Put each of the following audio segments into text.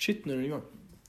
Shit, nu är det igång.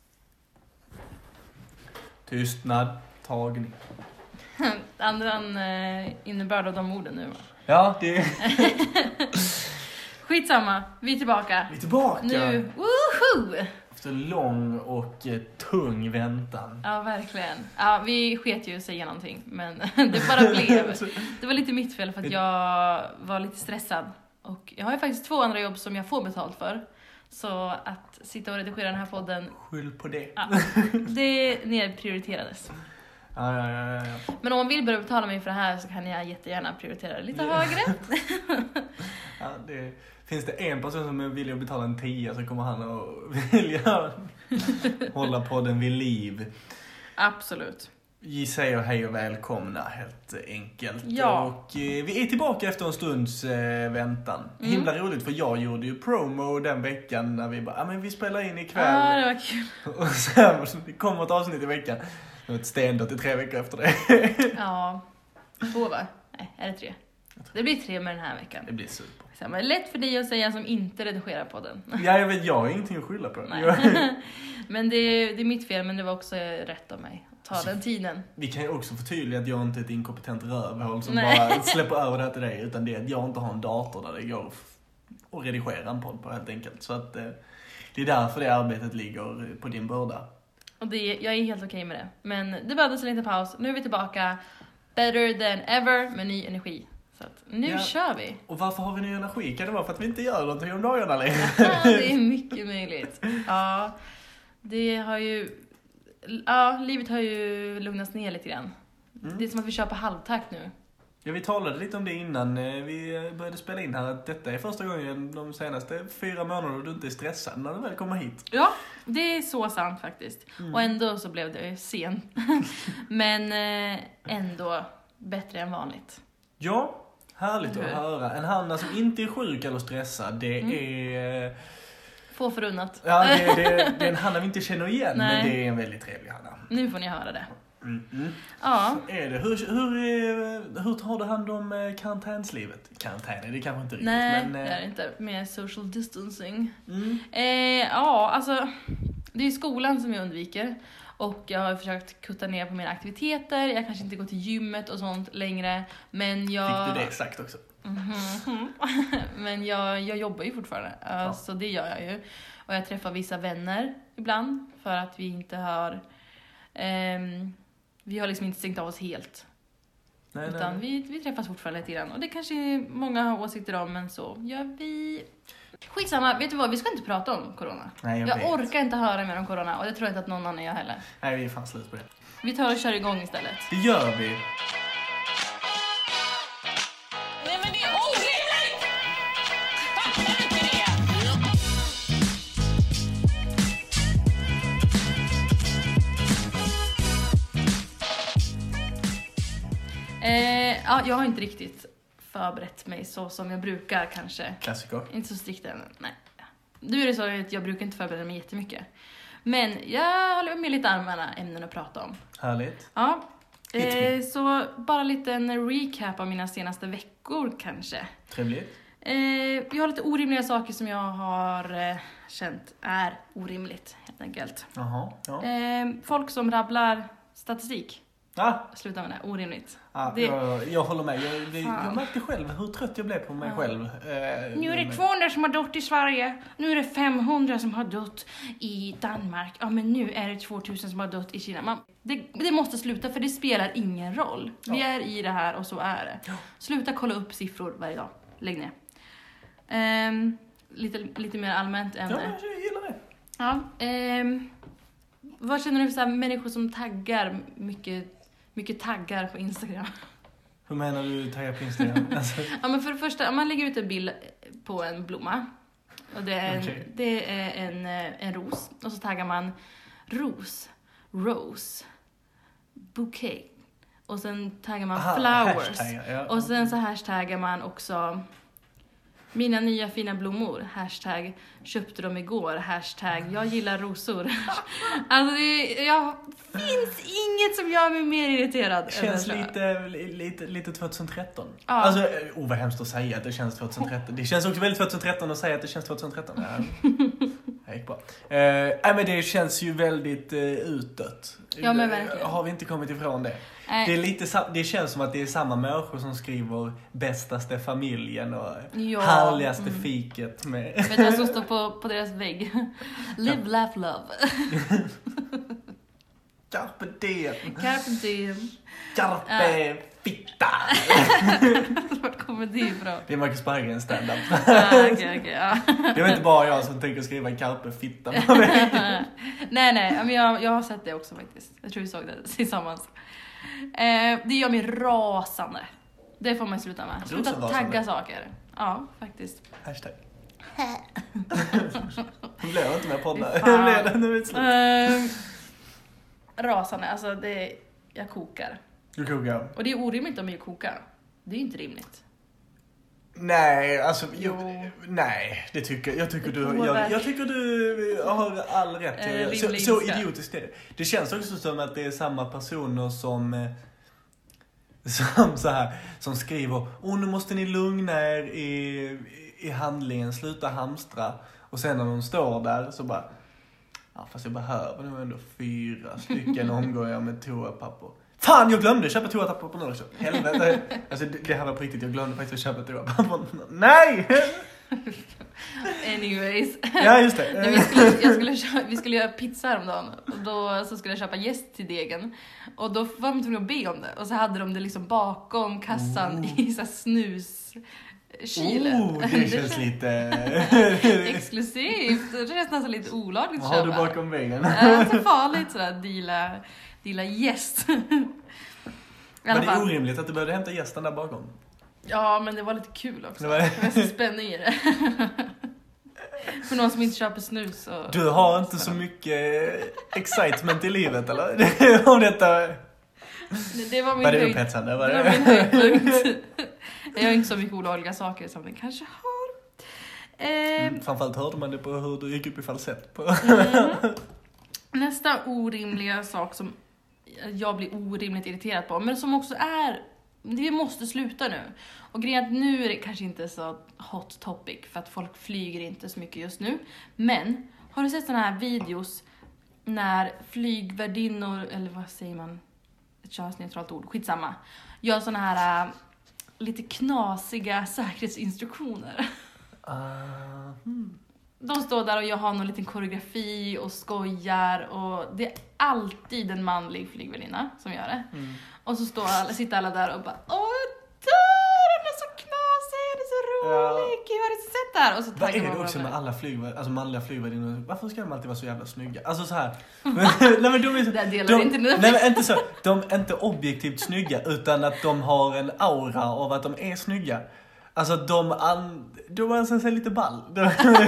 Tystnad, tagning. Annan innebörd av de orden nu. Ja, det är... Skitsamma, vi är tillbaka. Vi är tillbaka! Nu, woho! Efter lång och tung väntan. Ja, verkligen. Ja, vi sket ju att säga någonting, men det bara blev. Det var lite mitt fel för att jag var lite stressad. Och jag har ju faktiskt 2 andra jobb som jag får betalt för. Så att sitta och redigera den här podden... Skyll på det. Ja, det nedprioriterades. Ja. Men om man vill börja betala mig för det här så kan jag jättegärna prioritera det lite högre. Ja, finns det en person som vill betala en 10 så kommer han att vilja hålla podden vid liv. Absolut. Vi säger hej och välkomna helt enkelt. Ja. Och vi är tillbaka efter en stunds väntan. Himla roligt för jag gjorde ju promo den veckan när vi bara, men vi spelar in ikväll. Ja, det var kul. Och sen det kommer ett avsnitt i veckan. Det var ett stendött i 3 veckor efter det. Ja, 2 va? Nej, är det 3? Det blir 3 med den här veckan. Det blir super. Så, men lätt för dig att säga som inte redigerar podden. Ja, jag har ingenting att skylla på. Men det är mitt fel, men det var också rätt av mig. Ta den tiden. Vi kan ju också förtydliga att jag inte är ett inkompetent rövhål som Nej. bara släpper över det till dig. Utan det är att jag inte har en dator där det går att redigera en podd på helt enkelt. Så att det är därför det arbetet ligger på din börda. Och jag är helt okej med det. Men det behövdes en liten paus. Nu är vi tillbaka. Better than ever med ny energi. Så att nu kör vi. Och varför har vi ny energi? Kan det vara för att vi inte gör någonting om dagarna längre? Ja, det är mycket möjligt. Ja, livet har ju lugnats ner lite grann. Det är som att vi kör på halvtakt nu. Ja, vi talade lite om det innan vi började spela in här. Att detta är första gången de senaste 4 månaderna du inte är stressad när du väl kommer hit. Ja, det är så sant faktiskt. Och ändå så blev det sen. Men ändå bättre än vanligt. Ja, härligt att höra. En Hanna som inte är sjuk eller stressad, det är... Få förunnat. Ja, det är en Hanna vi inte känner igen, Nej. men det är en väldigt trevlig Hanna. Nu får ni höra det. Ja. Så är det. Hur tar du hand om karantänslivet? Karantän är det kanske inte riktigt. Nej, men, det är det inte. Med social distancing. Alltså, det är skolan som jag undviker. Och jag har försökt kutta ner på mina aktiviteter. Jag kanske inte går till gymmet och sånt längre. Men jag... Fick du det exakt också? Men jag jobbar ju fortfarande. Så det gör jag ju. Och jag träffar vissa vänner ibland. För att vi inte har... vi har liksom inte stängt av oss helt. Utan vi träffas fortfarande lite grann. Och det kanske många har åsikter om, men så gör vi. Skitsamma, vet du vad? Vi ska inte prata om corona. Nej, jag orkar inte höra mer om corona. Och det tror jag inte att någon annan gör heller. Nej, vi är fan slut på det. Vi tar och kör igång istället. Det gör vi. Nej, men det är orimligt! Fattar inte det? Jag har inte riktigt förberett mig så som jag brukar kanske. Klassiker. Inte så strikt än, nej. Nu är det så att jag brukar inte förbereda mig jättemycket. Men jag håller med lite allmänna ämnen att prata om. Härligt. Ja. Så bara lite en recap av mina senaste veckor kanske. Trevligt. Jag har lite orimliga saker som jag har känt är orimligt helt enkelt. Jaha, ja. Folk som rabblar statistik. Ja. Sluta med det, orimligt. Ja, jag håller med. Jag märkte själv hur trött jag blev på mig själv. Nu är det 200 som har dött i Sverige. Nu är det 500 som har dött i Danmark. Ja, men nu är det 2000 som har dött i Kina. Det måste sluta, för det spelar ingen roll. Vi är i det här och så är det. Sluta kolla upp siffror varje dag. Lägg ner. Lite mer allmänt än... Ja, jag gillar det. Ja. Vad känner du för så här människor som taggar mycket taggar på Instagram? Hur menar du taggar på Instagram? Alltså. Ja, men för det första, om man lägger ut en bild på en blomma och det är en ros, och så taggar man rose, bouquet, och sen taggar man flowers, hashtaggar, ja. och sen så hashtaggar man också mina nya fina blommor, hashtag köpte dem igår, hashtag jag gillar rosor. Alltså finns inget som gör mig mer irriterad. Känns lite 2013. Ja. Alltså, vad hemskt att säga att det känns 2013. Det känns också väldigt 2013 att säga att det känns 2013. Ja. gick bra. Men det känns ju väldigt utåt. Ja, men verkligen. Har vi inte kommit ifrån det? Nej. Det är lite det känns som att det är samma människor som skriver bästaste familjen och härligaste fiket med... Vet du vad som står på deras vägg? Live, laugh, love. Carpe diem. Carpe diem. Carpe fitta. Vart kommer det ifrån? Det är Marcus Berggren stand-up. Okej, ja. Det var inte bara jag som tänker skriva carpe fitta på mig. Nej, men jag har sett det också faktiskt. Jag tror vi såg det tillsammans. Det gör mig rasande. Det får man sluta med. Sluta tagga saker. Ja, faktiskt. Hashtag. Nu blev jag inte med podden. Nu blev det nu utslut. Rasande, alltså jag kokar. Du kokar. Och det är orimligt om jag kokar. Det är ju inte rimligt. Nej, alltså nej, det tycker jag tycker du har all rätt. Så idiotiskt är det. Det känns också som att det är samma personer som skriver: nu måste ni lugna er i handlingen, sluta hamstra. Och sen när de står där så bara, fast jag behöver nog ändå 4 stycken omgångar med toapapper. Fan, jag glömde köpa toapapper nu också. Helvete. Alltså det här var på riktigt, jag glömde faktiskt att köpa toapapper. Nej! Anyways. Ja, just det. Vi skulle göra pizza häromdagen. Och då så skulle jag köpa jäst till degen. Och då var de tvungna att be om det. Och så hade de det liksom bakom kassan i så här snuskylen. Det känns lite... Exklusivt. Det känns nästan lite olagligt att köpa. köpa. Har du bakom väggen? Så farligt sådär, deala jäst. Men det är orimligt att du behövde hämta gästen där bakom. Ja, men det var lite kul också. Det var så spänning i det. För någon som inte köper snus. Och du har inte så mycket excitement i livet, eller? Om detta... Det var min upphetsande? Det var min höjdpunkt. Jag har inte så mycket olagliga saker som den kanske har. Framförallt hörde man det på hur du gick upp i falsett på. Nästa orimliga sak som jag blir orimligt irriterad på, men som också är, vi måste sluta nu. Och grejen är att nu är det kanske inte så hot topic för att folk flyger inte så mycket just nu. Men har du sett såna här videos när flygvärdinnor, eller vad säger man, ett könsneutralt ord, skitsamma, gör såna här lite knasiga säkerhetsinstruktioner. De står där och jag har någon liten koreografi och skojar, och det är alltid en manlig flygvärdinna som gör det. Och så sitter alla där och bara, den är så knasig, den är så rolig, gud, har du sett det här? Och så vad är det också med alla manliga flygvärdinnor? Varför ska de alltid vara så jävla snygga? Alltså så här. Nej, men inte så. De är inte objektivt snygga, utan att de har en aura av att de är snygga. Alltså de anser sig lite ball. De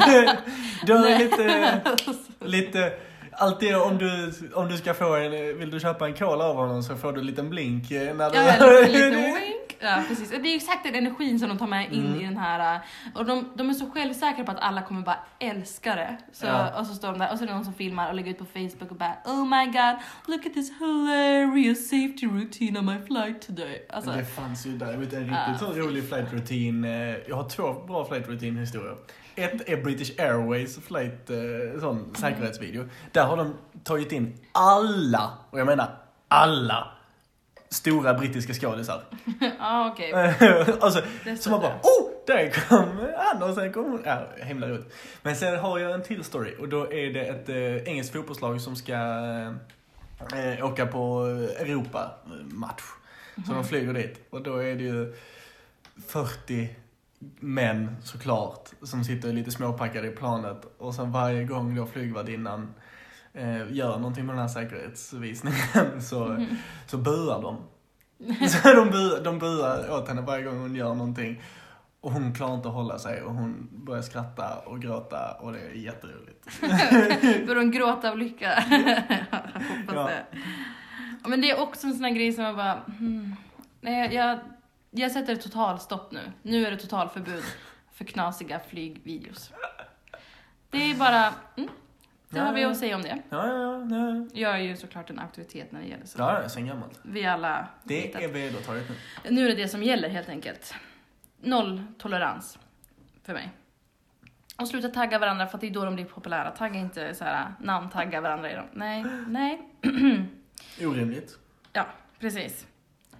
är lite alltid om du ska få vill du köpa en cola av honom så får du en liten blink när du en liten wink. Ja, precis. Det är exakt den energin som de tar med in i den här, och de är så självsäkra på att alla kommer bara älska det. Och så står de där och så är det någon som filmar och lägger ut på Facebook och bara, oh my god, look at this hilarious safety routine on my flight today. Alltså, det fanns ju där, jag vet, en riktigt så rolig flight routine. Jag har 2 bra flight routine historier. Ett är British Airways flight sån säkerhetsvideo. Där har de tagit in alla, och jag menar alla stora brittiska skådisar. Okej. Alltså, så man bara, där kom han och sen kom hon. Ja, himla roligt. Men sen har jag en till story, och då är det ett engelskt fotbollslag som ska åka på Europa-match. Så de flyger dit, och då är det ju 40 män såklart som sitter lite småpackade i planet, och sen varje gång då flygvärdinnan gör någonting med den här säkerhetsvisningen så buar de. Så de buar åt henne varje gång hon gör någonting, och hon klarar inte att hålla sig, och hon börjar skratta och gråta, och det är jätteroligt. Börjar hon gråta av lycka? Jag hoppas det. Men det är också en sån här grej som jag bara jag sätter ett totalstopp nu. Nu är det totalförbud för knasiga flygvideos. Det är bara det har vi att säga om det. Ja. Jag är ju såklart en auktoritet när det gäller så. Ja, sen gammalt. Vi alla det är vedertaget nu. Nu är det som gäller helt enkelt. 0 tolerans för mig. Och sluta tagga varandra för att det är då de blir populära. Tagga inte så här namntagga varandra i dem. Nej. Orimligt. Ja, precis.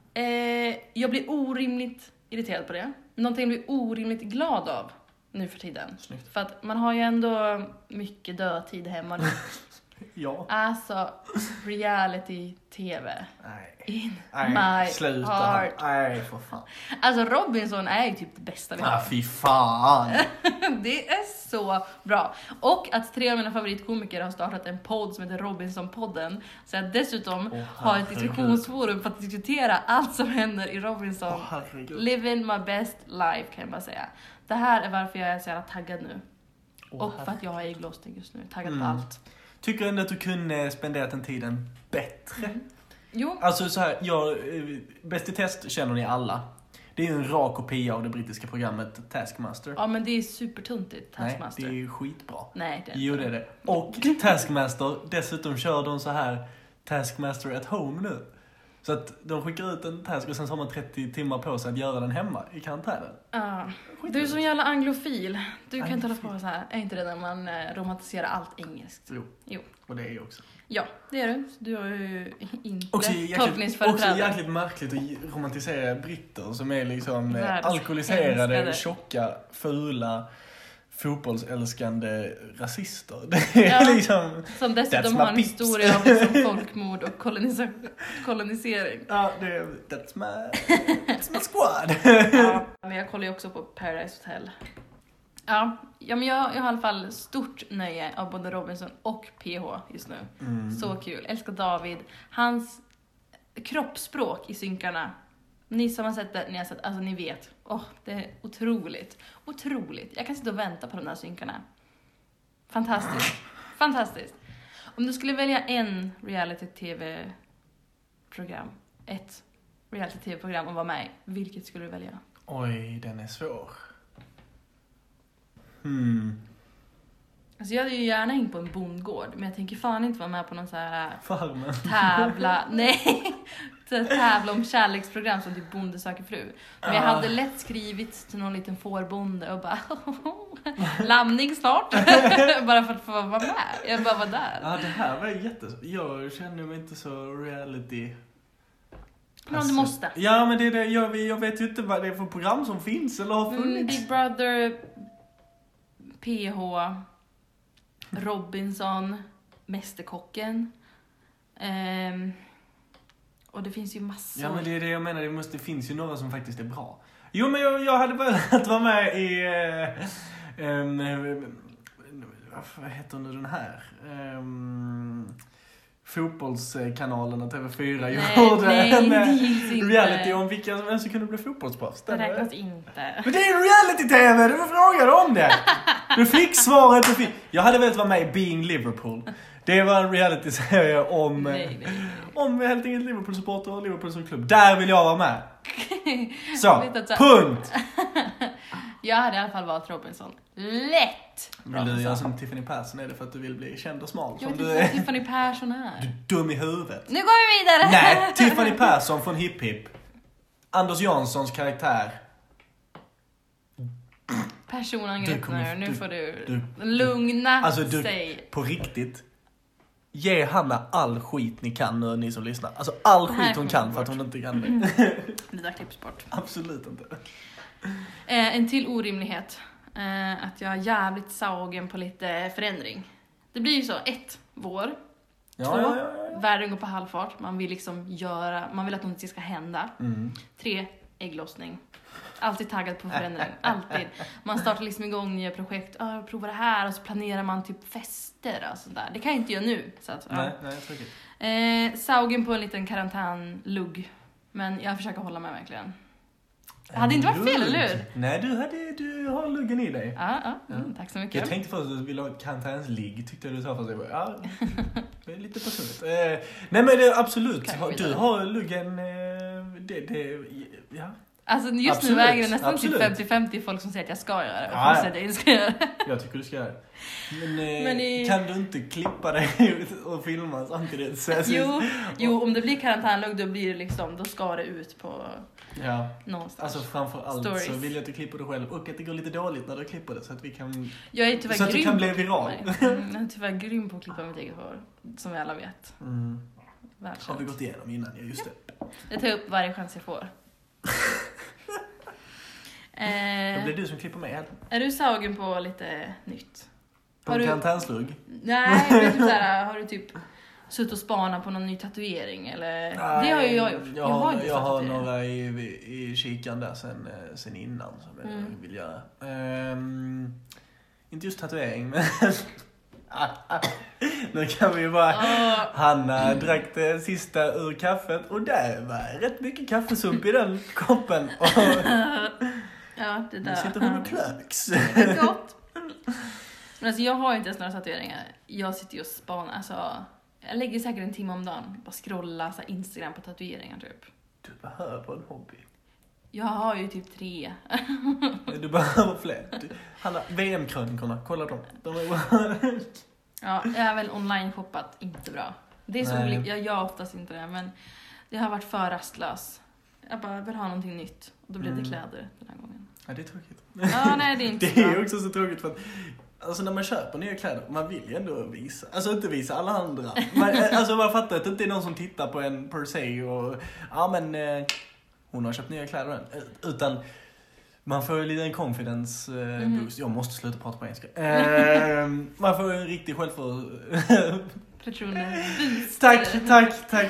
Jag blir orimligt irriterad på det. Någonting jag blir orimligt glad av nu för tiden. Snyggt. För att man har ju ändå mycket dödtid hemma nu. Ja. Alltså, reality-tv. Nej. My sluta. heart. Nej, för fan. Alltså Robinson är ju typ det bästa vi har. Fy fan. Det är så bra. Och att 3 av mina favoritkomiker har startat en podd som heter Robinson-podden. Så jag dessutom har ett diskussionsforum för att diskutera allt som händer i Robinson. Living my best life kan jag bara säga. Det här är varför jag är så jävla taggad nu. Och för att jag har ägglossning just nu. Taggad på allt. Tycker du ändå att du kunde spendera den tiden bättre? Jo. Alltså så här, Bäst i test känner ni alla. Det är ju en rak kopia av det brittiska programmet Taskmaster. Ja, men det är supertuntigt, Taskmaster. Nej, det är ju skitbra. Nej, det är Jo, det är det. Och Taskmaster, dessutom kör de så här Taskmaster at home nu. Så att de skickar ut en task och sen har man 30 timmar på sig att göra den hemma i karantänen. Ja. Du är som jävla anglofil. Du kan inte hålla på så här. Är inte det när man romantiserar allt engelskt? Jo. Och det är ju också. Ja, det är du. Du har ju inte Också tolkningsföreträde. jäkligt märkligt att romantisera britter som är liksom Världens alkoholiserade, älskade. tjocka, fula, fotbollsälskande rasister. Det är liksom... Som dessutom that's har en my historia av liksom folkmord och kolonisering. Ja, that's my squad. Ja, men jag kollar ju också på Paradise Hotel. Ja, men jag har i alla fall stort nöje av både Robinson och PH just nu. Så kul. Älskar David. Hans kroppsspråk i synkarna. Ni som har sett det, ni har sett, alltså ni vet. Det är otroligt. Otroligt. Jag kan sitta och vänta på de där synkarna. Fantastiskt. Fantastiskt. Om du skulle välja en reality-tv-program, ett reality-tv-program att vara med i, vilket skulle du välja? Oj, den är svår. Alltså jag hade ju gärna hängt på en bondgård, men jag tänker fan inte vara med på någon så här Farmen. tävla om kärleksprogram som typ Bonde söker fru. Men jag hade lätt skrivit till någon liten fårbonde och bara lamning snart. Bara för att få vara med. Jag bara var där. Ja, det här var jag känner mig inte så reality. Men du måste. Ja, men det är det. Jag vet ju inte vad det är för program som finns eller har funnits. Big Brother, PH, Robinson, Mästerkocken. Och det finns ju massor. Ja, men det är det jag menar. Det finns ju några som faktiskt är bra. Jo, men jag hade velat vara med i... vad heter nu den här? Fotbollskanalen och TV4 gjorde en reality om vem som kunde bli fotbollsproffs. Det räknas inte. Men det är en reality-tv, du frågade om det. Du fick svaret. Jag hade velat vara med i Being Liverpool. Det var en reality-serie om helt enkelt Liverpool-supporter och Liverpool som klubb. Där vill jag vara med. Så, punkt! Jag hade i alla fall valt Robinson. Lätt! Vill du göra som Tiffany Persson? Är det för att du vill bli känd och smal? Jag vet inte vad Tiffany Persson är. Du är dum i huvudet. Nu går vi vidare! Nej, Tiffany Persson från Hip Hip. Anders Janssons karaktär. Personangrepp nu får du lugna sig. På riktigt. Ge Hanna all skit ni kan nu, ni som lyssnar. Alltså all skit hon kan för att hon inte kan det. Det där klipps bort. Absolut inte. En till orimlighet. Att jag är jävligt saugen på lite förändring. Det blir ju så, 1, vår. 2, världen går på halvfart. Man vill liksom man vill att något ska hända. 3, ägglossning. Alltid taggad på förändring. Alltid. Man startar liksom igång nya projekt. Jag provar det här. Och så planerar man typ fester och sådär. Det kan jag inte göra nu. Så att, nej, tråkigt. Saugen på en liten karantänlugg. Men jag försöker hålla mig verkligen. Det hade inte varit fel, eller hur? Nej, du har luggen i dig. Ja. Tack så mycket. Jag tänkte först att du ville ha ett karantänsligg. Tyckte du sa för sig. Ja, det är lite personligt. Nej, men det är absolut. Du har luggen. Ja. Alltså just nu väger det nästan till 50-50 folk som säger att jag ska göra det. Och folk säger att jag inte ska göra det. Jag tycker du ska göra det. Men kan du inte klippa dig ut och filma samtidigt? Jo, om det blir karantänlugg då blir det liksom, då ska det ut på Ja. Någonstans. Alltså framförallt Stories. så vill jag att du klipper det själv och att det går lite dåligt när du klipper det så att vi kan... Jag är tyvärr Så att du grym kan bli på att klippa viral. mig. Jag är tyvärr grym på att klippa mitt eget hår. Som vi alla vet. Har vi gått igenom innan, ja just det. Jag tar upp varje chans jag får. Då blir du som klipper mig här. Är du sugen på lite nytt? På Har en du- karantänslugg? Nej, men typ såhär, har du typ suttit och spanat på någon ny tatuering? Eller? Det har ju jag gjort. Jag inte har tatuering. några i kikan där sen innan som jag vill göra. Inte just tatuering, men... Nu kan vi ju bara... Hanna drack det sista ur kaffet och där var rätt mycket kaffesump i den koppen. Och Ja, det där. nu sitter hon och klöks. Det är gott. Men alltså jag har ju inte ens några tatueringar. Jag sitter ju och spanar. Alltså, jag lägger säkert en timme om dagen. Bara scrolla så här, Instagram på tatueringar typ. Du behöver en hobby. Jag har ju typ 3. Du behöver fler. Hanna, VM-krönikorna, kolla dem. De är bra. Ja, jag har väl online-shoppat, inte bra. Det är så Nej. olika, jag gör oftast inte det, men det har varit för rastlös. Jag bara vill ha någonting nytt. Och då blev det kläder den här gången. Ja, det är tråkigt. Ja, nej det är inte Det är bra. också så tråkigt för att alltså när man köper nya kläder, man vill ju ändå visa. Alltså inte visa alla andra. Alltså man fattar att det inte är någon som tittar på en per se och ja men hon har köpt nya kläder än. Utan man får ju lite en confidence boost. Jag måste sluta prata på engelska. Man får ju en riktig Förtroende-boost. Tack.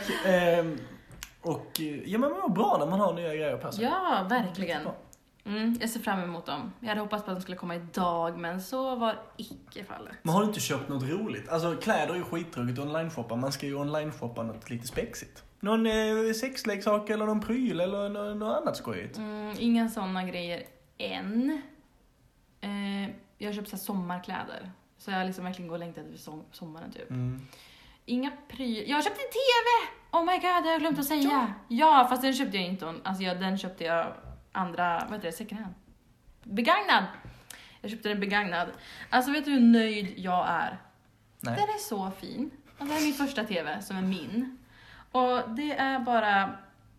Och ja men man mår bra när man har nya grejer på sig. Ja, verkligen. Jag ser fram emot dem. Jag hade hoppats på att de skulle komma idag, men så var icke fallet. Man har inte köpt något roligt. Alltså kläder är ju skittråkigt online-shoppa. Man ska ju online-shoppa något lite spexigt. Någon sexleksak eller någon pryl eller något annat skojigt. Inga sådana grejer än. Jag har köpt så här sommarkläder. Så jag liksom verkligen går och längtar efter sommaren typ. Inga pryl. Jag köpte en TV! Oh my god, det har jag glömt att säga. Ja, fast den köpte jag inte. Alltså den köpte jag andra, vad heter det, second hand. Begagnad! Jag köpte den begagnad. Alltså vet du hur nöjd jag är? Nej. Den är så fin. Alltså, det är min första TV som är min. Och det är bara...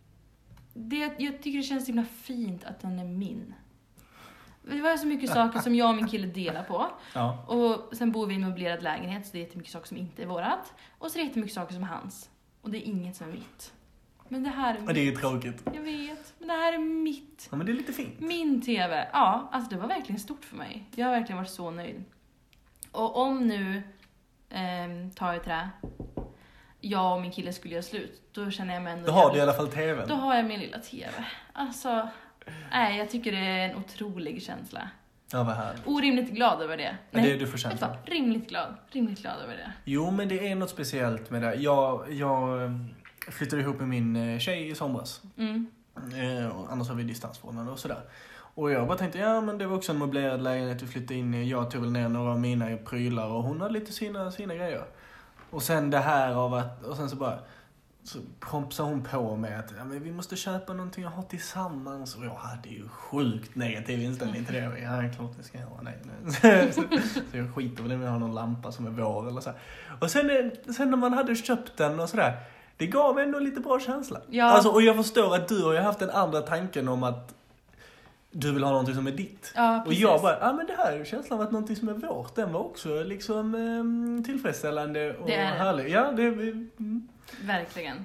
jag tycker det känns så himla fint att den är min. Det var så mycket saker som jag och min kille delar på. Ja. Och sen bor vi i en möblerad lägenhet, så det är jättemycket saker som inte är vårat. Och så är det jättemycket saker som är hans. Och det är inget som är mitt. Men det här är mitt. Men det är ju tråkigt. Jag vet, men det här är mitt. Ja men det är lite fint. Min TV. Ja, alltså det var verkligen stort för mig. Jag har verkligen varit så nöjd. Och om nu tar jag trä, jag och min kille skulle göra slut, då känner jag mig ändå... Då har du i alla fall tvn. Då har jag min lilla TV. Alltså, nej, jag tycker det är en otrolig känsla. Ja, vad här. Orimligt glad över det. Ja, det är du får vet känna. du vad? Rimligt glad över det. Jo, men det är något speciellt med det. Jag flyttade ihop med min tjej i somras. Och annars har vi distansförhållanden och sådär. Och jag bara tänkte, ja men det var också en möblerad lägenhet vi flyttade in i. Jag tog väl ner några av mina prylar och hon hade lite sina grejer. Och sen det här av att, och sen så bara, så prompsar hon på med att ja, men vi måste köpa någonting att ha tillsammans. Och jag hade ju sjukt negativ inställning till det. Ja, klart det ska jag ha. Nej. Så jag skiter väl om jag har någon lampa som är vår eller så. Och sen när man hade köpt den och sådär, det gav ändå lite bra känsla. Ja. Alltså, och jag förstår att du har ju haft den andra tanken om att du vill ha någonting som är ditt. Ja, och precis. jag bara, ja men det här är ju känslan av att någonting som är vårt, den var också liksom tillfredsställande och det är härlig. Ja, Verkligen.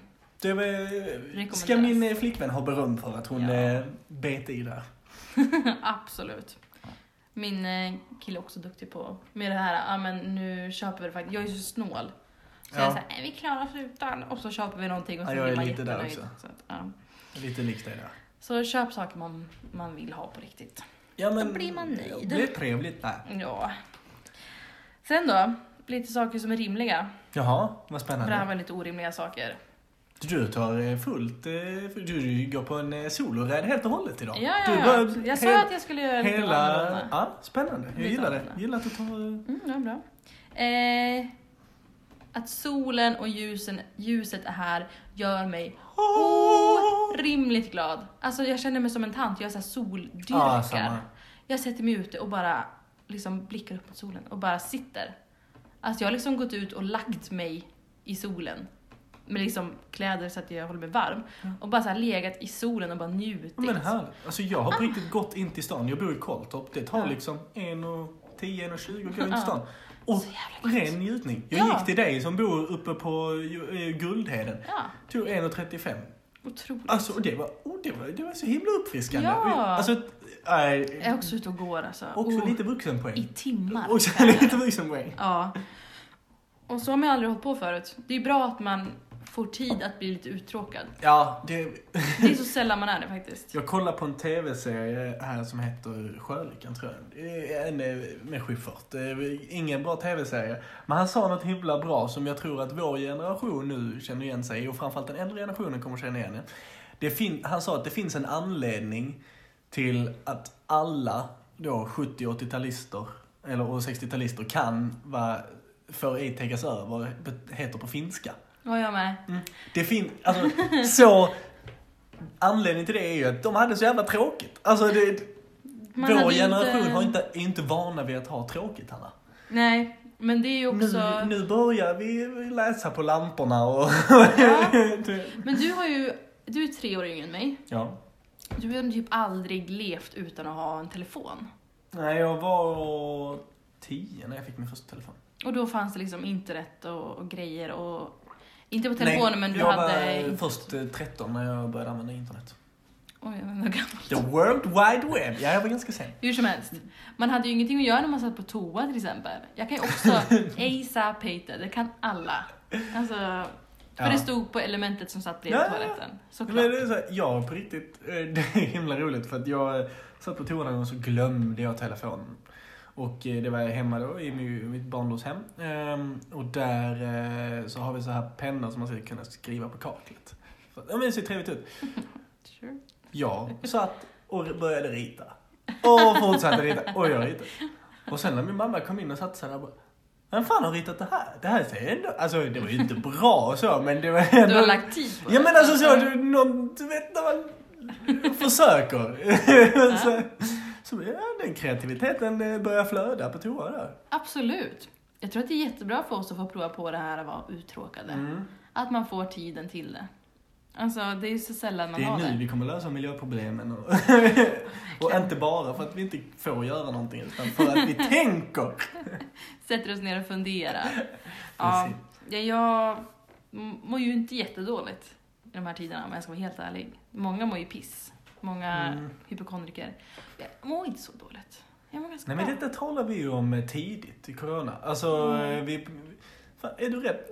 Ska min flickvän ha beröm för att hon bet i där. Absolut. Min kille är också duktig på med det här, ja men nu köper vi det faktiskt. Jag är så snål. Så jag säger, vi klarar för utan. Och så köper vi någonting och så jag blir är man lite där jättenöjd. också. Så att, Lite likt dig där. Så köp saker man vill ha på riktigt. Ja, men Då blir man nöjd. Det blir trevligt där. Ja. Sen då, lite saker som är rimliga. Jaha, vad För det här spännande. var lite orimliga saker. Du tar fullt, du går på en soloräd helt och hållet idag. Ja. Jag sa att jag skulle göra lite annorlunda. Ja, spännande. Jag Lite gillar det. annorlunda. Gillar att du tar... Ja, bra. Att solen och ljuset är här gör mig orimligt glad. Alltså jag känner mig som en tant. Jag är så här soldyrkar. samma. Jag sätter mig ute och bara liksom blickar upp mot solen och bara sitter. Alltså jag har liksom gått ut och lagt mig i solen med liksom kläder så att jag håller mig varm. Och bara så här legat i solen och bara njutit. Men här, alltså jag har på riktigt gått in till stan. Jag bor i Kolltorp. Det tar liksom 1:10, 1:20 att gå in till stan. Och ren njutning. Jag gick till dig som bor uppe på Guldheden. Tog 1:35. Otroligt. Alltså det var så himla uppfriskande. Ja. Alltså, jag är också ute och går alltså. Också lite vuxenpoäng. I timmar. Också lite vuxenpoäng. Ja. Och så har man aldrig hållit på förut. Det är bra att man får tid att bli lite uttråkad. Ja, Det är så sällan man är det faktiskt. Jag kollar på en tv-serie här som heter Sjölyckan, tror jag. En med Schyffert. Ingen bra tv-serie. Men han sa något himla bra som jag tror att vår generation nu känner igen sig. Och framförallt den äldre generationen kommer känna igen det. Han sa att det finns en anledning till att alla då 70- och 80-talister eller 60-talister kan för ej täckas över heter på finska. Vad jag med? Det finns, alltså, så anledningen till det är ju att de hade så jävla tråkigt. Alltså vår generation är inte vana vid att ha tråkigt, Hanna. Nej, men det är ju också... Nu börjar vi läsa på lamporna och... Ja. Men du är 3 år yngre än mig. Ja. Du har typ aldrig levt utan att ha en telefon. Nej, jag var 10 när jag fick min första telefon. Och då fanns det liksom internet och grejer och... Inte på telefonen, men du hade... Jag var först 13 när jag började använda internet. Oj, jag var gammal. The World Wide Web. Ja, jag var ganska sen. Hur som helst. Man hade ju ingenting att göra när man satt på toa till exempel. Jag kan ju också ASAP-hata. Det kan alla. Alltså... För det stod på elementet som satt bredvid toaletten. Såklart. Men det är så här, jag på riktigt... Det är himla roligt för att jag satt på toan och så glömde jag telefonen. Och det var hemma då i mitt barndomshem. Och där så har vi så här pennor som man ska kunna skriva på kaklet. Ja, men det ser trevligt ut. Sure. Jag satt och började rita. Och fortsatte rita. Och jag ritade. Och sen när min mamma kom in och satt sig där bara... Vem fan har ritat det här? Det här ser ändå... Alltså det var ju inte bra och så, men det var ändå... Du har lagt tid på det. Ja, men alltså så, du vet när man försöker. Så den kreativiteten börjar flöda på toa där. Absolut. Jag tror att det är jättebra för oss att få prova på det här att vara uttråkade. Att man får tiden till det. Alltså det är så sällan man har det. Det är nu vi kommer lösa miljöproblemen. Och inte bara för att vi inte får göra någonting, utan för att vi tänker. Sätter oss ner och funderar. Ja, jag mår ju inte jättedåligt i de här tiderna, om jag ska vara helt ärlig. Många mår ju piss. Många hypokondriker. Jag mår inte så dåligt. Jag mår ganska bra. Men detta talar vi ju om tidigt i corona. Alltså, är du rädd?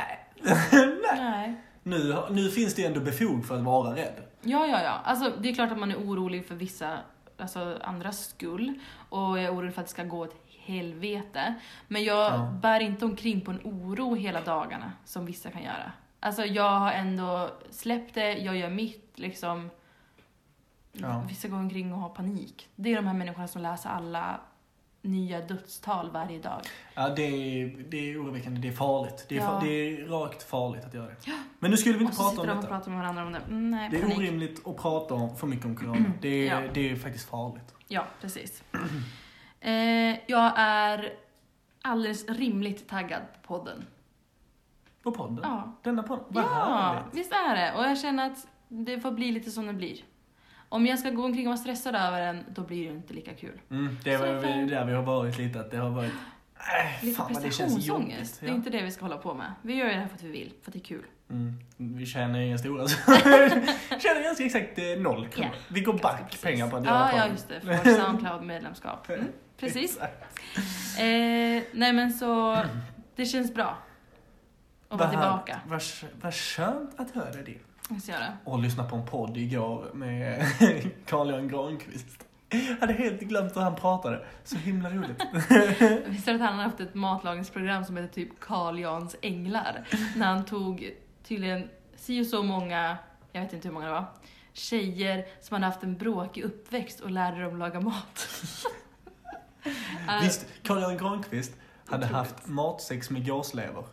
Nej. Nu finns det ändå befog för att vara rädd. Ja. Alltså, det är klart att man är orolig för vissa, alltså andras skull. Och jag är orolig för att det ska gå ett helvete. Men jag bär inte omkring på en oro hela dagarna som vissa kan göra. Alltså jag har ändå släppt det, jag gör mitt liksom. Vissa går omkring och har panik. Det är de här människorna som läser alla nya dödstal varje dag. Ja, det är oroväckande, det är farligt. Det är rakt farligt att göra det. Men nu skulle vi inte prata om detta. Och pratar med varandra om det. Nej, det är panik. Orimligt att prata för mycket om corona. Det är faktiskt farligt. Ja, precis. Jag är alldeles rimligt taggad på podden. På podden? Ja. Denna podden? Visst är det. Och jag känner att det får bli lite som det blir. Om jag ska gå omkring och vara stressad över den, då blir det inte lika kul. Det var där vi har varit lite, att det har varit... lite prestationsångest. Det är inte det vi ska hålla på med. Vi gör det här för att vi vill, för att det är kul. Vi tjänar inga stora. Tjänar ganska exakt 0 kronor. Yeah. Vi går back pengar på att göra Ja, just det. För SoundCloud-medlemskap. Precis. Nej, men så... Det känns bra att vara tillbaka. Vad skönt att höra det. Och lyssna på en podd igår med Carl-Jan Granqvist. Jag hade helt glömt hur han pratade. Så himla roligt. Visst är att han har haft ett matlagningsprogram som heter typ Carl-Jans änglar. När han tog tydligen så många, jag vet inte hur många det var, tjejer som hade haft en bråkig uppväxt och lärde dem laga mat. Visst, Carl-Jan Granqvist hade haft matsex med gåslever.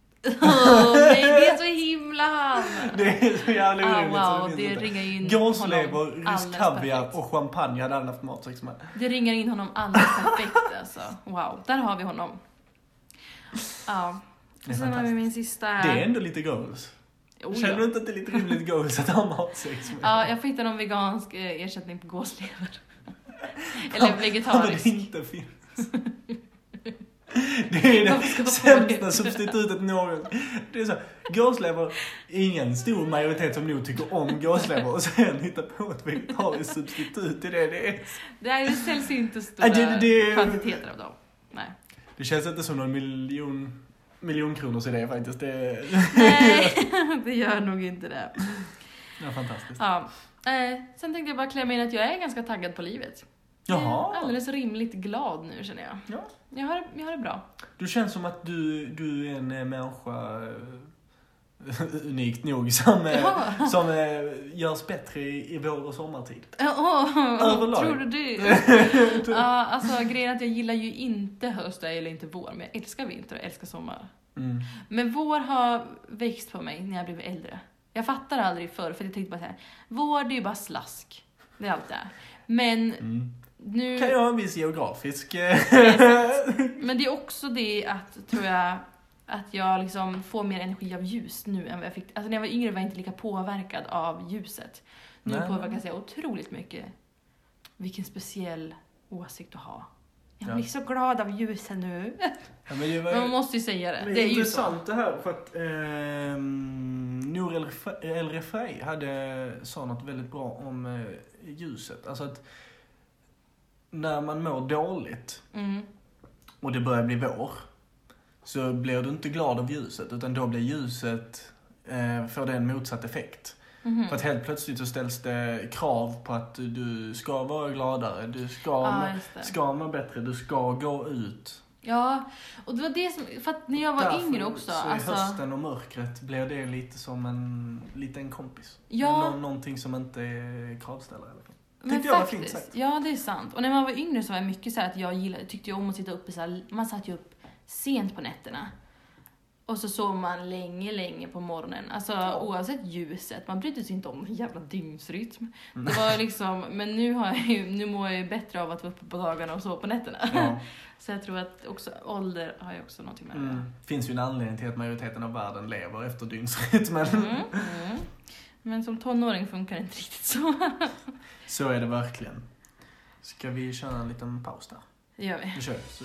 Nej, det är så himla han. Det är så jävla roligt. Wow, det ringar in gåslever, rysk kaviar och champagne hade han haft matsex med. Det ringar in honom alldeles perfekt alltså. Wow, där har vi honom. Ja. Och sen har vi min sista. Det är ändå lite goals. Känner du inte att det är lite rimligt goals att ha matsex med? Ja, jag får hitta någon vegansk ersättning på gåslever. Eller vegetarisk. Det inte finns. Det är det sämsta substitutet någon. Det är så, gåslever, ingen stor majoritet som nog tycker om gåslever och sen hitta på ett vegetariskt substitut till det. Det säljs inte stora kvantiteter av dem. Nej. Det känns inte som någon miljonkronors idé faktiskt. Nej, det gör nog inte det. Ja, fantastiskt. Ja. Sen tänkte jag bara klämma in att jag är ganska taggad på livet. Jaha. Jag är alldeles rimligt glad nu, känner jag. Ja. Jag har det bra. Du känns som att du är en människa unikt nog som görs bättre i vår och sommartid. Överlag. Tror du det? Ja, alltså grejen är att jag gillar ju inte höst eller inte vår, men jag älskar vinter och älskar sommar. Mm. Men vår har växt på mig när jag blev äldre. Jag fattar aldrig förr, för jag tänkte bara så här, vår det är ju bara slask. Det är allt det är. Men nu... Kan jag ha en viss geografisk... Men det är också det att, tror jag, att jag liksom får mer energi av ljus nu än vad jag fick. Alltså när jag var yngre var jag inte lika påverkad av ljuset. Nu påverkas jag otroligt mycket. Vilken speciell åsikt att ha. Jag blir så glad av ljuset nu. Ja, men man måste ju säga det. Det är ju intressant det här för att Nour El Refai sa något väldigt bra om ljuset. Alltså att när man mår dåligt och det börjar bli vår så blir du inte glad av ljuset utan då blir ljuset får det en motsatt effekt. För att helt plötsligt så ställs det krav på att du ska vara gladare, du ska må bättre, du ska gå ut. Ja, och det var det som, för att när jag var därför, yngre också. Så alltså, i hösten och mörkret blir det lite som en liten kompis. Ja. Någonting som inte är kravställare. Men faktiskt, ja det är sant. Och när man var yngre så var jag mycket så här att jag tyckte om att sitta uppe så här, man satt ju upp sent på nätterna. Och så sov man länge på morgonen. Alltså oavsett ljuset, man brydde sig inte om en jävla dygnsrytm. Det var liksom, men nu mår jag ju bättre av att vara uppe på dagarna och sova på nätterna. Ja. Så jag tror att också ålder har ju också någonting med det. Finns ju en anledning till att majoriteten av världen lever efter dygnsrytmen. Men som tonåring funkar det inte riktigt så. Så är det verkligen. Ska vi köra en liten paus där? Det gör vi. Vi kör. Så...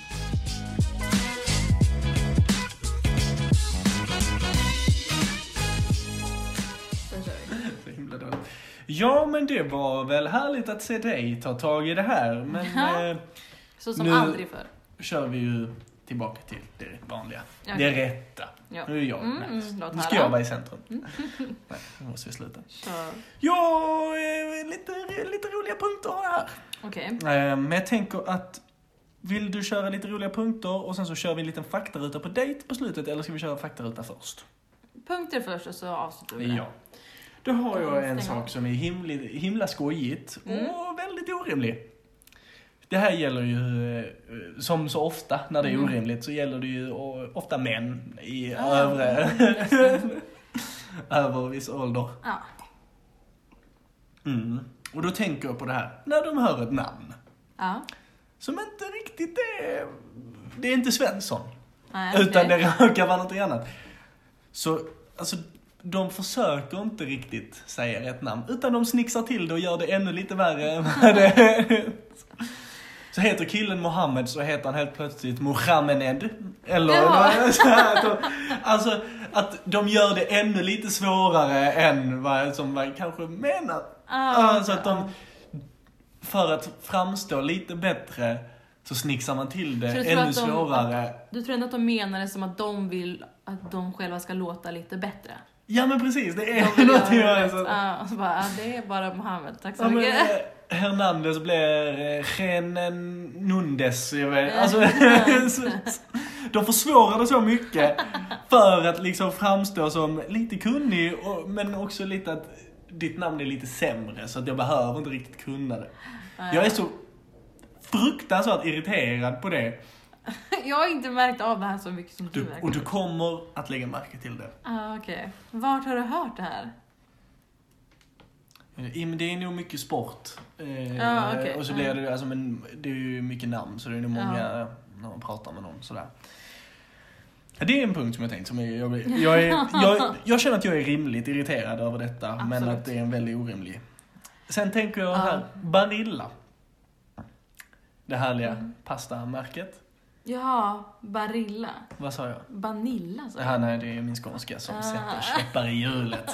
Så himla dåligt. Ja, men det var väl härligt att se dig ta tag i det här. Men så som aldrig förr. Kör vi ju tillbaka till det vanliga. Okay. Det rätta. Ja. Nu är jag nu ska jag vara i centrum. Nej, nu måste vi sluta. Ja, lite roliga punkter här. Okej. Men jag tänker att vill du köra lite roliga punkter och sen så kör vi en liten faktaruta på date på slutet, eller ska vi köra faktaruta först? Punkter först och så avslutar vi det. Ja. Då har jag en sak som är himla skojigt och väldigt orimlig. Det här gäller ju, som så ofta när det är orimligt, så gäller det ju ofta män i över viss ålder. Ja. Och då tänker jag på det här, när de hör ett namn. Ja. Som inte riktigt är... Det är inte Svensson. Nej, utan det råkar vara något annat. Så, alltså, de försöker inte riktigt säga rätt namn. Utan de snixar till det och gör det ännu lite värre än vad det är. Så heter killen Mohammed så heter han helt plötsligt Mohammed. Eller alltså att de gör det ännu lite svårare än vad som man kanske menar. Alltså att de, för att framstå lite bättre så snixar man till det ännu svårare. Du tror ändå att de menar det som att de vill att de själva ska låta lite bättre? Ja, men precis, det är någonting jag så bara, det är bara Mohammed, tack så mycket. Hernandez blir Genundes, jag vet. Alltså, de försvårar det så mycket för att liksom framstå som lite kunnig, men också lite att ditt namn är lite sämre, så att jag behöver inte riktigt kunna det. Jag är så fruktansvärt irriterad på det. Jag har inte märkt av det här så mycket som du märker. Och du kommer att lägga märke till det. Okej. Vart har du hört det här? Det är nog mycket sport. Okay. Och så blir det, alltså, men det är ju mycket namn, så det är nog många när man pratar med någon sådär. Det är en punkt som jag tänkt. Jag känner att jag är rimligt irriterad över detta. Absolut. Men att det är en väldigt orimlig. Sen tänker jag här, Barilla. Det härliga pastamärket. Ja, Barilla. Vad sa jag? Vanilla så. Ja, nej, det är min skånska som sätter käppar i hjulet.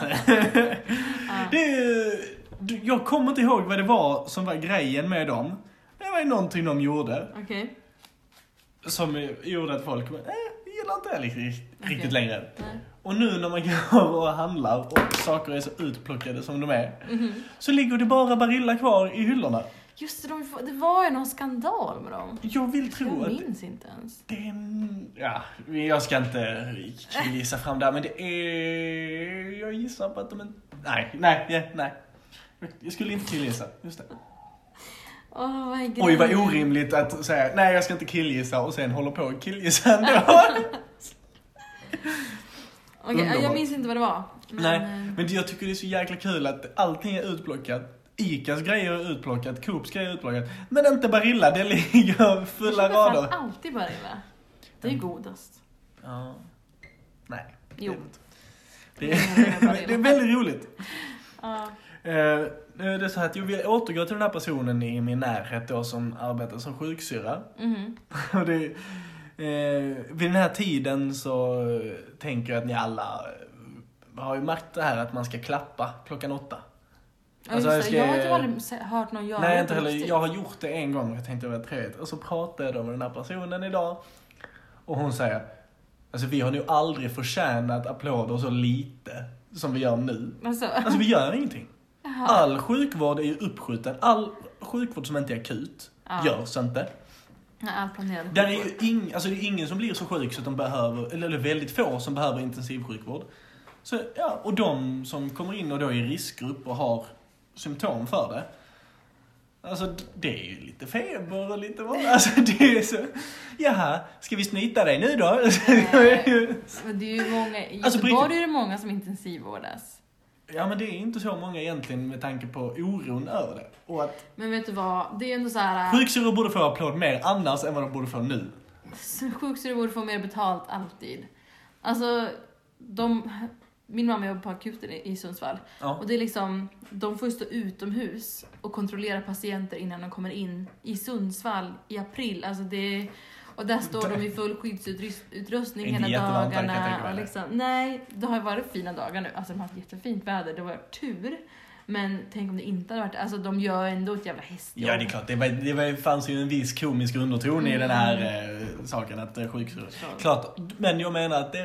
Jag kommer inte ihåg vad det var som var grejen med dem. Det var ju någonting de gjorde. Okej. Som gjorde att folk gillar inte det riktigt längre. Nej. Och nu när man går och handlar och saker är så utplockade som de är, så ligger det bara Barilla kvar i hyllorna. Just det, det var ju någon skandal med dem. Jag vill tro Jag att minns inte ens. det är jag ska inte gissa fram där, men det är... Jag gissar på att de inte... Nej. Jag skulle inte killgissa, just det. Oj, vad orimligt att säga, nej jag ska inte killgissa och sen håller på att killgissa ändå. Okej, jag minns inte vad det var. Men jag tycker det är så jäkla kul att allting är utplockat. Icas grejer är utplockat, Coops grejer är utplockat. Men inte Barilla, det ligger fulla rader. Jag alltid Barilla. Det är godast. Ja. Nej. Jo. Det är väldigt roligt. Ja. Det är så att jag vill återgå till den här personen i min närhet då, som arbetar som sjuksyra. Och det, vid den här tiden så tänker jag att ni alla har ju märkt det här att man ska klappa klockan 8. Alltså, jag har inte aldrig hört någon göra det. Nej, inte heller. Jag har gjort det en gång. Jag tänkte det var trevligt. Och så pratade jag med den här personen idag. Och hon säger, alltså vi har nog aldrig förtjänat applåder så lite som vi gör nu. Alltså vi gör ingenting. Jaha. All sjukvård är ju uppskjuten. All sjukvård som inte är akut görs inte. Där är ju det är ingen som blir så sjuk så att de behöver, eller väldigt få som behöver intensivsjukvård. Så, ja, och de som kommer in och då är i riskgrupp och har symptom för det. Alltså det är ju lite feber och lite vad. Alltså det är så. Jaha, ska vi snyta dig nu då? Men det är ju många, alltså, Göteborg är det många som intensivvårdas. Ja, men det är inte så många egentligen med tanke på oron över det. Och att men vet du vad, det är ändå så här. Sjuksyrror borde få applåd mer annars än vad de borde få nu. Sjuksyrror borde få mer betalt alltid. Alltså min mamma jobbar på akuten i Sundsvall. Ja. Och det är liksom, de får stå utomhus och kontrollera patienter innan de kommer in i Sundsvall i april. Alltså och där står de i full skyddsutrustning hela dagarna. Och liksom, nej, det har ju varit fina dagar nu. Alltså de har haft jättefint väder, det var tur. Men tänk om det inte hade varit, alltså de gör ändå ett jävla hästjobb. Ja, det är klart, det fanns ju en viss komisk underton i den här saken att sjuksyror. Klart, men jag menar att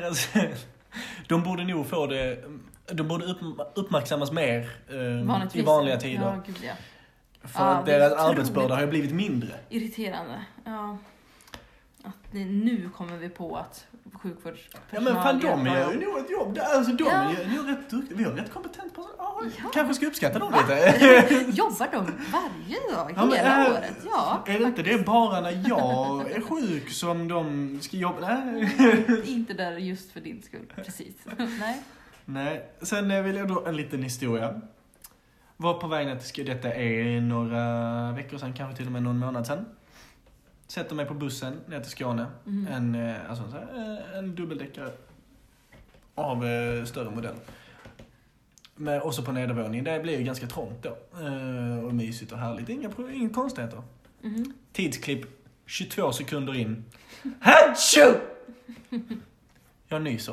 de borde nog få det, de borde uppmärksammas mer i vanliga tider. Ja, gud, ja. För deras arbetsbörda har ju blivit mindre. Irriterande, ja. Att nu kommer vi på att sjukvårdspersonal... Ja, men fan, de gör ju nog ett jobb. Alltså, de är ju rätt duktiga. Vi har rätt kompetent personal. Kanske ska uppskatta dem lite. Jobbar de varje dag, hela året? Ja. Är det inte det bara när jag är sjuk som de ska jobba? Nej. Inte där just för din skull, precis. Nej. Sen vill jag då en liten historia. Var på vägen att detta är några veckor sedan, kanske till och med någon månad sedan. Sätter mig på bussen ner till Skåne. En dubbeldäckare av större modell. Men också på nedervåningen. Det blir ju ganska trångt då. Och mysigt och härligt. Inga konstigheter. Tidsklipp 22 sekunder in. Hatshu! Jag nyser.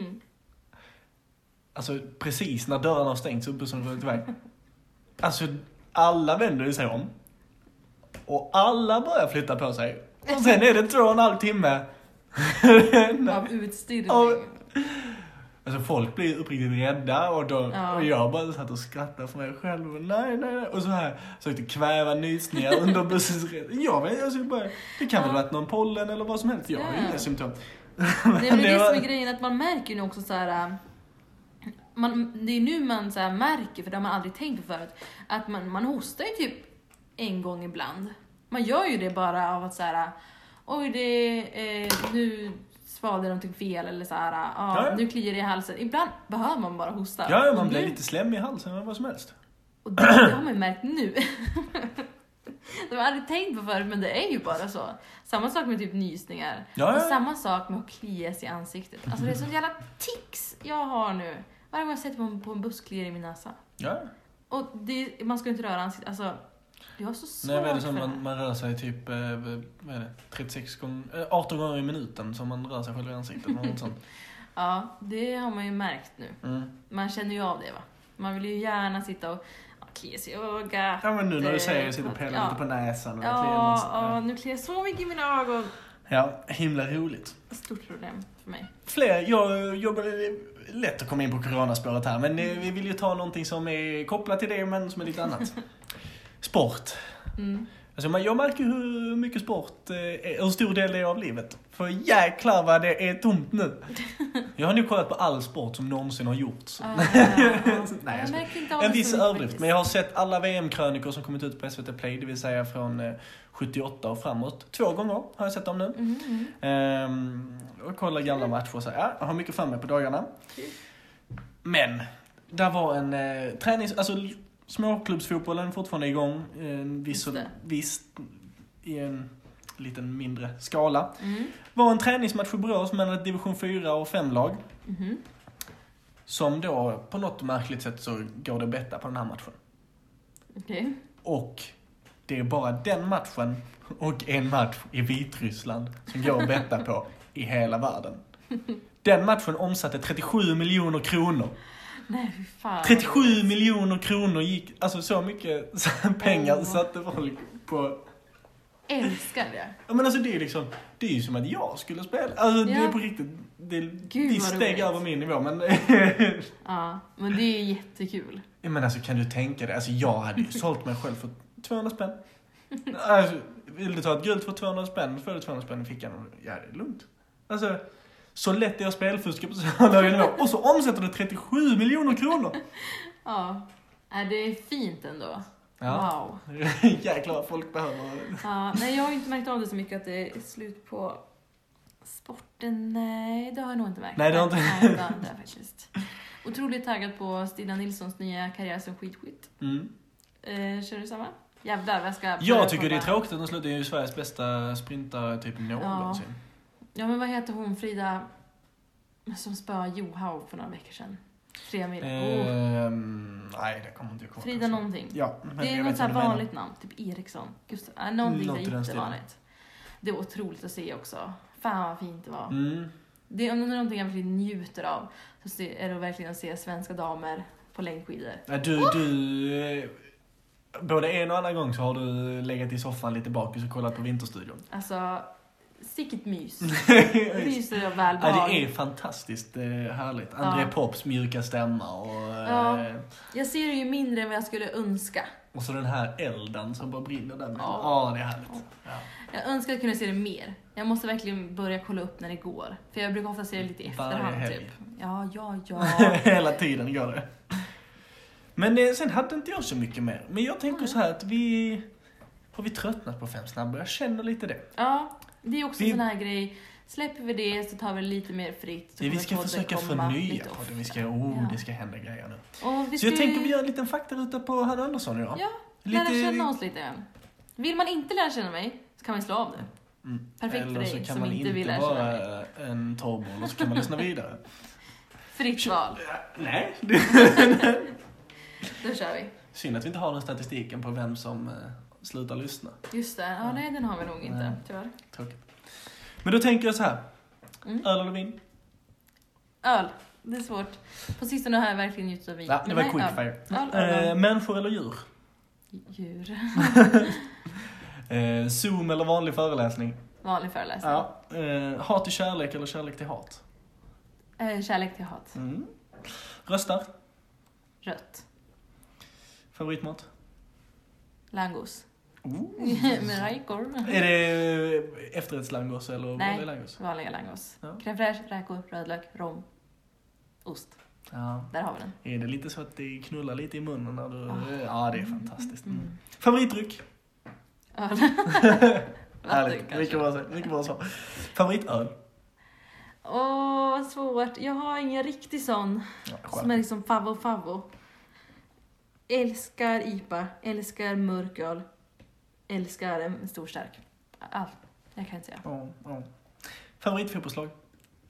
Alltså precis när dörrarna har stängt så bussen har gått iväg. Alltså alla vänder sig om. Och alla börjar flytta på sig. Och sen är det 2,5 timme av utstirring. Alltså folk blir uppriktigt rädda. Och jag bara satt och skrattade för mig själv. Och nej. Och så här försökte kväva nysningar under bussens resa. Det kan väl varit någon pollen eller vad som helst. Jag har ju inga symptom. Det är det som är grejen, att man märker ju också så här. Det är nu man så här märker, för det har man aldrig tänkt på förut, att man hostar ju typ en gång ibland. Man gör ju det bara av att så här, oj nu svalde någonting fel eller så här, nu kliar det i halsen. Ibland behöver man bara hosta. Ja, man blir lite slem i halsen eller vad som helst. Och det har man ju märkt nu. De har aldrig tänkt på förut, men det är ju bara så. Samma sak med typ nysningar. Ja. Och samma sak med att klias i ansiktet. Alltså det är så jävla tics jag har nu. Varje gång jag sätter på en buss kliar i min näsa. Ja. Och man ska inte röra ansiktet. Alltså, jag har så svårt Nej, vad är det för som det. man rör sig typ 18 gånger i minuten som man rör sig själv i ansiktet. Något sånt. Ja, det har man ju märkt nu. Man känner ju av det, va? Man vill ju gärna sitta och klia sig i ögat. Ja, men nu när du säger jag sitter och pelar lite på näsan. Och nu kliar jag så mycket i mina ögon. Ja, himla roligt. Stort problem för mig. Jag jobbar lätt att komma in på coronaspåret här, men vi vill ju ta någonting som är kopplat till det, men som är lite annat. Sport. Alltså jag märker hur mycket sport, hur stor del det är av livet. För jäklar vad det är tomt nu. Jag har nu kollat på all sport som någonsin har gjorts. Nej, jag märker inte av en det viss så överdrift. faktiskt. Men jag har sett alla VM-krönikor som kommit ut på SVT Play, det vill säga från 78 och framåt. 2 gånger har jag sett dem nu. Och kollar gamla matcher och så. Ja, jag har mycket framme på dagarna. Men där var en alltså småklubbsfotbollen är fortfarande igång. Visst i en liten mindre skala. Var en träningsmatch i Borås mellan ett division 4 och 5-lag. Som då på något märkligt sätt så går det att betta på den här matchen. Okej. Och det är bara den matchen och en match i Vitryssland som går att betta på i hela världen. Den matchen omsatte 37 miljoner kronor. Nej, fy fan. 37 miljoner kronor gick, alltså så mycket pengar satte folk på. Älskar det. Ja, men alltså det är liksom, det är ju som att jag skulle spela. Alltså det är på riktigt, det är Gud, steg över min nivå, men ja, men det är jättekul. men alltså kan du tänka dig, alltså jag hade ju sålt mig själv för 200 spänn. Alltså, vill du ta ett guld för 200 spänn, för 200 spänn i fickan, ja det är lugnt. Alltså, så lätt är att spelfuska på så hög nivå. Och så omsätter det 37 miljoner kronor. Ja, det är fint ändå. Ja. Wow. Jäklar vad folk behöver. Ja, nej, jag har inte märkt av det så mycket att det är slut på sporten. Nej, det har jag nog inte märkt. Nej, det har inte. Nej, det har inte faktiskt. Otroligt taggad på Stina Nilssons nya karriär som skitskytt. Kör du samma? Jävlar, vad ska jag tycker det är tråkigt att de slutar ju Sveriges bästa sprintare typ någonsin. Ja, men vad heter hon? Frida som spöade Johaug för några veckor sedan. 3 mil. Nej, det kommer inte jag komma. Frida någonting. Ja, det är något så här vanligt namn. Typ Eriksson. Gustav. Någonting Något där i den jättevanligt. Det var otroligt att se också. Fan vad fint det var. Mm. Det är någonting jag verkligen njuter av. Så är det verkligen att se svenska damer på längdskidor. Ja, du både en och annan gång så har du legat i soffan lite bakis och kollat på Vinterstudion. Alltså, sicket mys. Myser och välbehag. Ja, det är fantastiskt härligt. André Pops mjuka stämma och... Jag ser det ju mindre än vad jag skulle önska. Och så den här elden som bara brinner där. Ja, det är härligt. Ja. Jag önskar att jag kunde se det mer. Jag måste verkligen börja kolla upp när det går. För jag brukar ofta se det lite i efterhand typ. Ja. Hela tiden går det. Men sen hade inte jag så mycket mer. Men jag tänker så här att har vi tröttnat på 5 snabba? Jag känner lite det. Ja, det är också en sån här grej. Släpper vi det så tar vi lite mer fritt. Så vi ska försöka förnya på det. Det ska hända grejer nu. Så jag tänker vi gör en liten faktaruta på Hanna Andersson idag. Ja, lära känna oss lite. Vill man inte lära känna mig så kan man slå av det. Perfekt eller för dig så kan som man inte vill lära känna mig. vara en torrboll och så kan man lyssna vidare. Fritt val. Nej. Då kör vi. Synd att vi inte har den statistiken på vem som slutar lyssna. Just det. Ja, nej, den har vi nog inte, tyvärr. Tråkigt. Men då tänker jag så här. Öl eller vin? Öl. Det är svårt. På sistone har jag verkligen njutit av vin. Ja, det var quickfire. Öl. Människor eller djur? Djur. Zoom eller vanlig föreläsning? Vanlig föreläsning. Ja. Hat till kärlek eller kärlek till hat? Kärlek till hat. Röstar? Rött. Favoritmat? Langos. Med rajkor. Är det efterrättslangos eller vanlig langos? Nej, vanliga langos. Ja. Crème fraîche, räkor, rödlök, rom, ost. Ja. Där har vi den. Är det lite så att det knullar lite i munnen när du... Ja, det är fantastiskt. Favoritdryck? Öl. Härligt. Mycket bra så. Favoritöl? Vad svårt. Jag har ingen riktig sån som är liksom favvo. Älskar IPA, älskar mörköl. älskar en stor stark. Allt, jag kan inte säga. Favoritfotbollslag?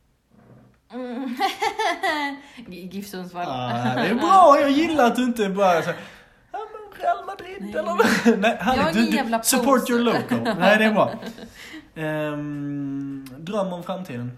GIF Sundsvall. Det är bra, jag gillar att du inte bara så Real Madrid Nej. eller... Nej, Jag har ingen jävla support poser. your local. Nej, det är bra. Dröm om framtiden?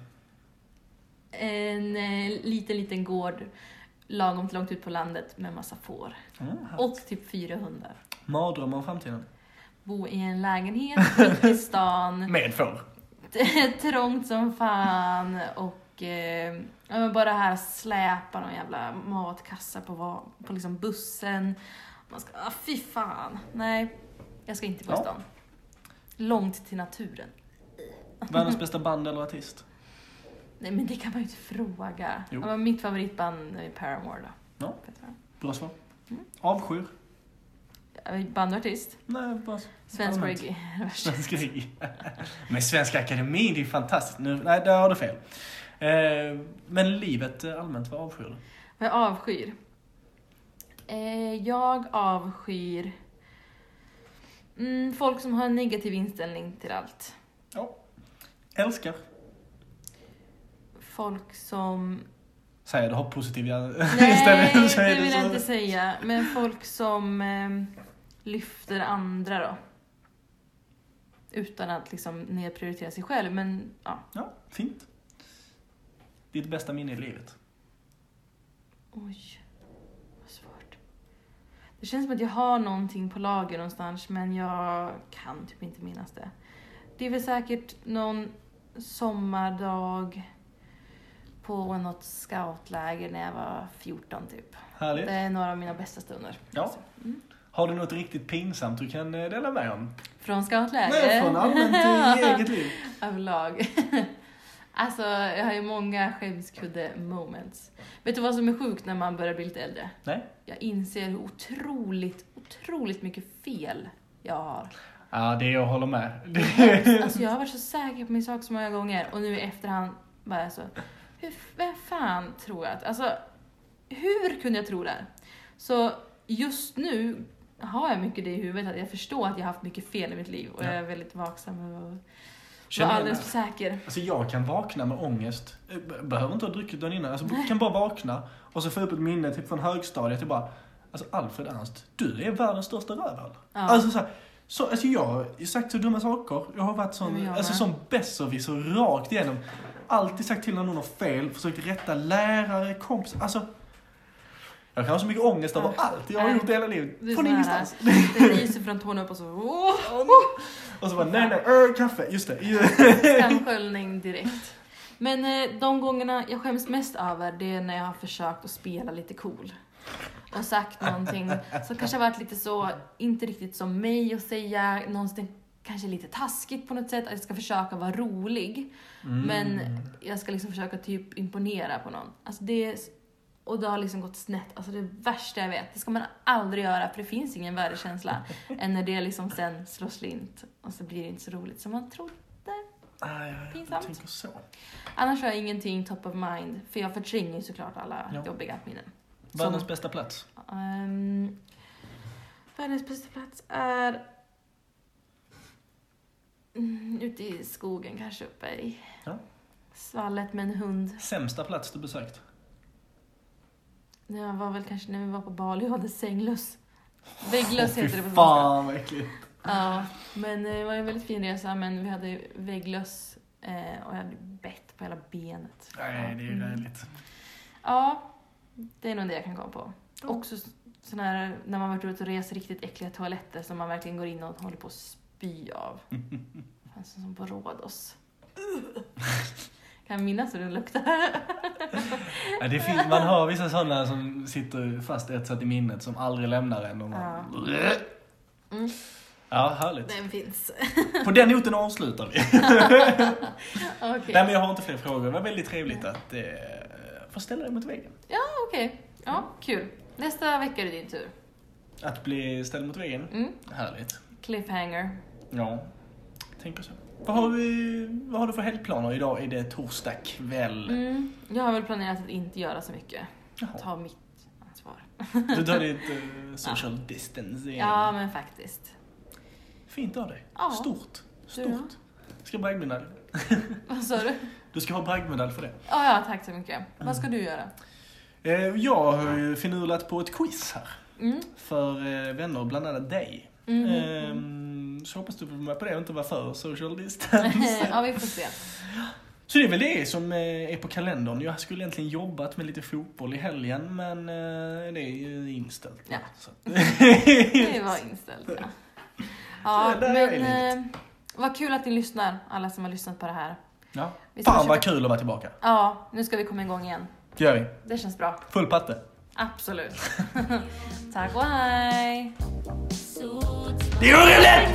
En liten gård lagom långt ut på landet med massa får. Och typ 4 hundar. Mardröm om framtiden? Bo i en lägenhet mitt i stan. Med får? Trångt som fan. Och bara här släpa någon jävla matkassa på liksom bussen. Man ska, fy fan. Nej, jag ska inte bo i stan. Långt till naturen. Världens bästa band eller artist? Nej, men det kan man ju inte fråga. Jo. Ja, mitt favoritband är Paramore då. Ja, bra svar. Avskyr? Band och artist? Nej, bara... Svensk reggae. Svensk reggae. Men Svenska Akademin, det är fantastiskt. Nej, där har du fel. Men livet allmänt, vad avskyr du? Vad jag avskyr? Jag avskyr folk som har en negativ inställning till allt. Ja. Älskar? Folk som... Säger du har positiva Nej, inställningar? det vill jag inte säga. Men folk som lyfter andra då. Utan att liksom nedprioritera sig själv. Men ja. Ja, fint. Ditt bästa minne i livet? Oj, vad svårt. Det känns som att jag har någonting på lager någonstans. Men jag kan typ inte minnas det. Det är väl säkert någon sommardag på något scoutläger när jag var 14 typ. Härligt. Det är några av mina bästa stunder. Ja. Har du något riktigt pinsamt du kan dela med om? Från scoutläger? Nej, från allmänt i eget liv. Överlag. Alltså, jag har ju många skämskudde moments. Vet du vad som är sjukt när man börjar bli lite äldre? Nej. Jag inser hur otroligt mycket fel jag har. Ja, det jag håller med. Alltså, jag har varit så säker på min sak så många gånger. Och nu i efterhand bara så... Vem fan tror jag att... Alltså, hur kunde jag tro det här? Så just nu har jag mycket det i huvudet. Att jag förstår att jag har haft mycket fel i mitt liv. Och jag är väldigt vaksam och var alldeles för säker. Alltså jag kan vakna med ångest. Behöver inte ha druckit dagen innan. Alltså kan bara vakna. Och så få upp ett minne typ från högstadiet. Till bara, alltså Alfred Ernst, du är världens största rövhål. Ja. Alltså alltså jag har sagt så dumma saker. Jag har varit sån besserwisser rakt igenom. Alltid sagt till när någon har fel. Försökt rätta lärare, kompis. Alltså... Jag kan ha så mycket ångest över allt jag har gjort hela livet. Från ingenstans. Det ryser från tårna upp och så... Och så bara, nej, kaffe, just det. Skamsköljning direkt. Men de gångerna jag skäms mest över, det är när jag har försökt att spela lite cool. Och sagt någonting som kanske har varit lite så, inte riktigt som mig att säga. Någonstans kanske lite taskigt på något sätt. Att jag ska försöka vara rolig. Men jag ska liksom försöka typ imponera på någon. Alltså och det har liksom gått snett. Alltså det värsta jag vet. Det ska man aldrig göra. För det finns ingen värdekänsla. än när det liksom sen slår slint. Och så blir det inte så roligt som man trodde. Pinsamt. Jag tänker så. Annars har jag ingenting top of mind. För jag förtränger ju såklart alla jobbiga minnen. Världens bästa plats? Världens bästa plats är... ute i skogen kanske uppe i svallet med en hund. Sämsta plats du besökt? Det var väl kanske när vi var på Bali och hade sänglöss. Vägglöss heter det på svenska. Fan vad äckligt. Ja, men det var en väldigt fin resa. Men vi hade vägglöss och jag hade bett på hela benet. Nej, det är ju räligt. Ja, det är nog det jag kan komma på. Också sån här, när man varit ute och reser riktigt äckliga toaletter som man verkligen går in och håller på att spy av. Alltså som på Rhodos. Kan minnas hur den luktar. Ja, det finns, man har vissa sådana som sitter fast etsat i minnet som aldrig lämnar en. Och man... Ja, härligt. Den finns. På den noten avslutar vi. Okay. Nej, men jag har inte fler frågor. Det var väldigt trevligt att få ställa dig mot väggen. Ja, okej. Ja, kul. Nästa vecka är det din tur. Att bli ställd mot väggen? Härligt. Cliffhanger. Ja, tänker så. Vad har du för helgplaner idag? Är det torsdag kväll? Jag har väl planerat att inte göra så mycket. Ta mitt ansvar. Du tar ditt social distancing. Ja, men faktiskt. Fint av dig. Ja. Stort. Du Ska ha bragdmedalj. Vad sa du? Du ska ha bragdmedalj för det. Ja, tack så mycket. Vad ska du göra? Jag har ju finulat på ett quiz här. För vänner, bland annat dig. Så hoppas du får med på det och inte vara för social distance. Ja, vi får se. Så det är väl det som är på kalendern. Jag skulle egentligen jobbat med lite fotboll i helgen, men det är ju inställt. Ja. Så. Det var inställt, ja. Ja, Så men vad kul att ni lyssnar, alla som har lyssnat på det här. Ja. Vi ska Fan vad försöka- kul att vara tillbaka. Ja, nu ska vi komma igång igen. Det gör vi. Det känns bra. Full patte. Absolut. Tack och hej. Det är roligt!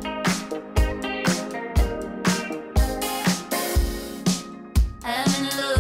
I'm in love.